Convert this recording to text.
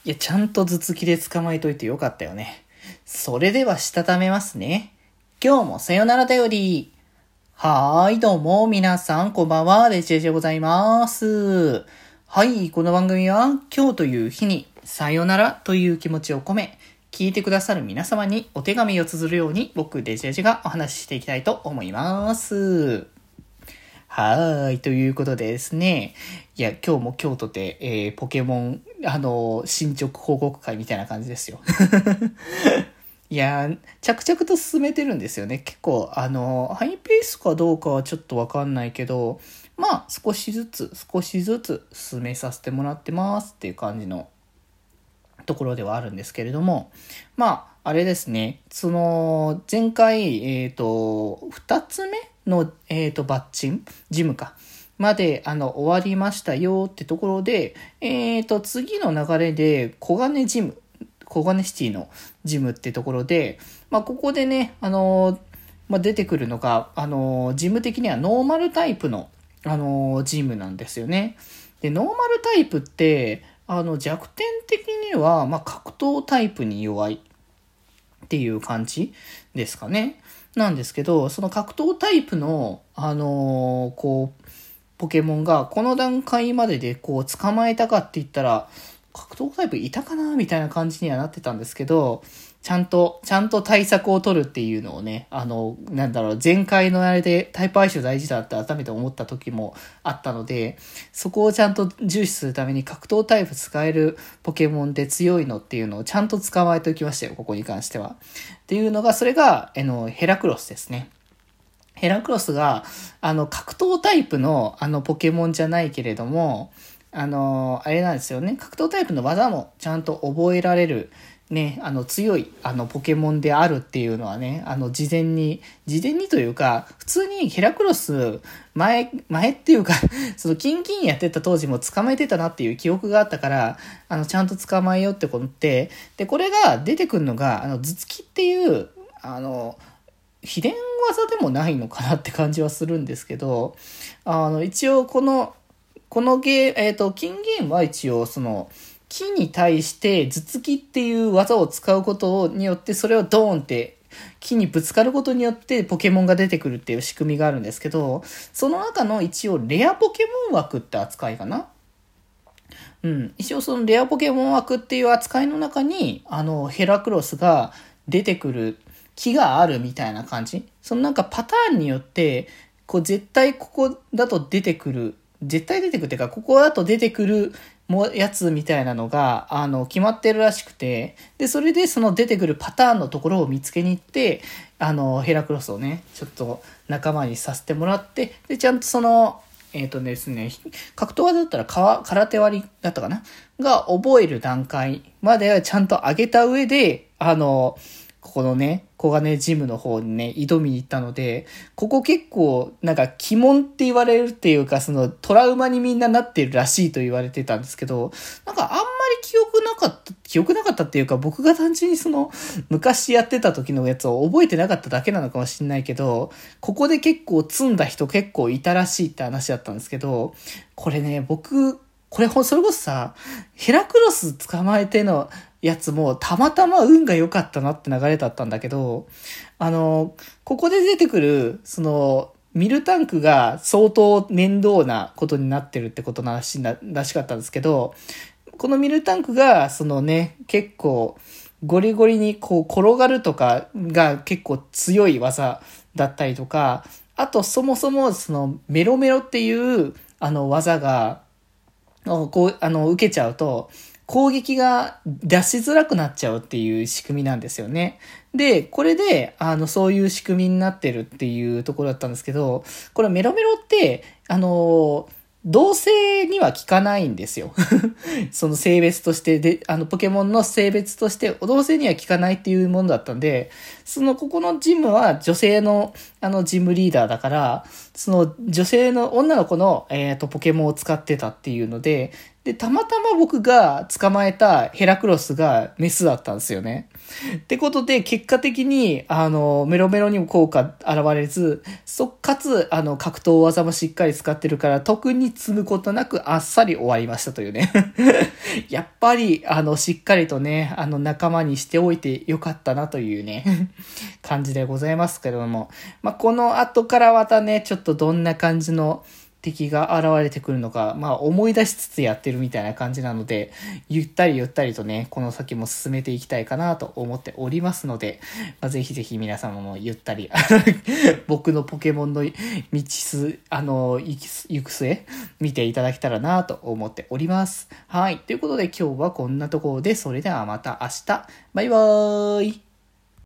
いや、ちゃんと頭突きで捕まえといてよかったよね。それではしたためますね。今日もさよならだより。はーい、どうも、皆さん、こんばんは、デジェジでございます。はい、この番組は、今日という日に、さよならという気持ちを込め、聞いてくださる皆様にお手紙を綴るように、僕、デジェジがお話ししていきたいと思います。はーい、ということでですね。いや、今日も今日とて、ポケモン、進捗報告会みたいな感じですよ。いやー、着々と進めてるんですよね。結構、ハイペースかどうかはちょっとわかんないけど、まあ、少しずつ進めさせてもらってますっていう感じのところではあるんですけれども、まあ、あれですね、その、前回、二つ目の、バッチン、ジムか、まで、終わりましたよってところで、次の流れで、小金シティのジムってところで、まあ、ここでね、出てくるのが、ジム的にはノーマルタイプの、ジムなんですよね。で、ノーマルタイプって、弱点的には、まあ、格闘タイプに弱いっていう感じですかね。なんですけど、その格闘タイプの、ポケモンがこの段階までで捕まえたかって言ったら、格闘タイプいたかなみたいな感じにはなってたんですけど、ちゃんと対策を取るっていうのをね、前回のあれでタイプ相性大事だって改めて思った時もあったので、そこをちゃんと重視するために格闘タイプ使えるポケモンで強いのっていうのをちゃんと捕まえておきましたよ、ここに関しては。っていうのが、それが、ヘラクロスですね。ヘラクロスが、格闘タイプの、ポケモンじゃないけれども、あれなんですよね。格闘タイプの技もちゃんと覚えられる、ね、強い、ポケモンであるっていうのはね、事前にというか、普通にヘラクロス、前っていうか、その、キンキンやってた当時も捕まえてたなっていう記憶があったから、ちゃんと捕まえようってことって、で、これが出てくるのが、頭突きっていう、秘伝技でもないのかなって感じはするんですけど、一応この金ゲームは一応その、木に対して頭突きっていう技を使うことによって、それをドーンって木にぶつかることによってポケモンが出てくるっていう仕組みがあるんですけど、その中の一応レアポケモン枠って扱いかな。うん。一応そのレアポケモン枠っていう扱いの中に、ヘラクロスが出てくる木があるみたいな感じ。そのなんかパターンによって、絶対ここだと出てくるっていうか、ここだと出てくるやつみたいなのが、決まってるらしくて、で、それでその出てくるパターンのところを見つけに行って、ヘラクロスをね、ちょっと仲間にさせてもらって、で、ちゃんとその、ですね、格闘技だったら空手割りだったかなが覚える段階まではちゃんと上げた上で、ここのね、小金ジムの方にね、挑みに行ったので、ここ結構、なんか、鬼門って言われるっていうか、その、トラウマにみんななってるらしいと言われてたんですけど、なんかあんまり記憶なかったっていうか、僕が単純にその、昔やってた時のやつを覚えてなかっただけなのかもしれないけど、ここで結構積んだ人結構いたらしいって話だったんですけど、これね、それこそさ、ヘラクロス捕まえてのやつもたまたま運が良かったなって流れだったんだけど、ここで出てくる、その、ミルタンクが相当面倒なことになってるってことらしかったんですけど、このミルタンクが、そのね、結構、ゴリゴリに転がるとかが結構強い技だったりとか、あとそもそもそのメロメロっていう技が、受けちゃうと、攻撃が出しづらくなっちゃうっていう仕組みなんですよね。で、これで、そういう仕組みになってるっていうところだったんですけど、これメロメロって、同性には効かないんですよ。その性別として、で、ポケモンの性別として、同性には効かないっていうものだったんで、ここのジムは女性の、ジムリーダーだから、その女性の女の子の、ポケモンを使ってたっていうので、 で、たまたま僕が捕まえたヘラクロスがメスだったんですよね。ってことで、結果的に、メロメロにも効果現れず、かつ、格闘技もしっかり使ってるから、特に積むことなくあっさり終わりましたというね。やっぱり、しっかりとね、仲間にしておいてよかったなというね、感じでございますけれども。まあ、この後からまたね、ちょっとどんな感じの、敵が現れてくるのか、まあ思い出しつつやってるみたいな感じなので、ゆったりゆったりとね、この先も進めていきたいかなと思っておりますので、まあ、ぜひぜひ皆様もゆったり、僕のポケモンの行く末、見ていただけたらなと思っております。はい。ということで今日はこんなところで、それではまた明日。バイバーイ。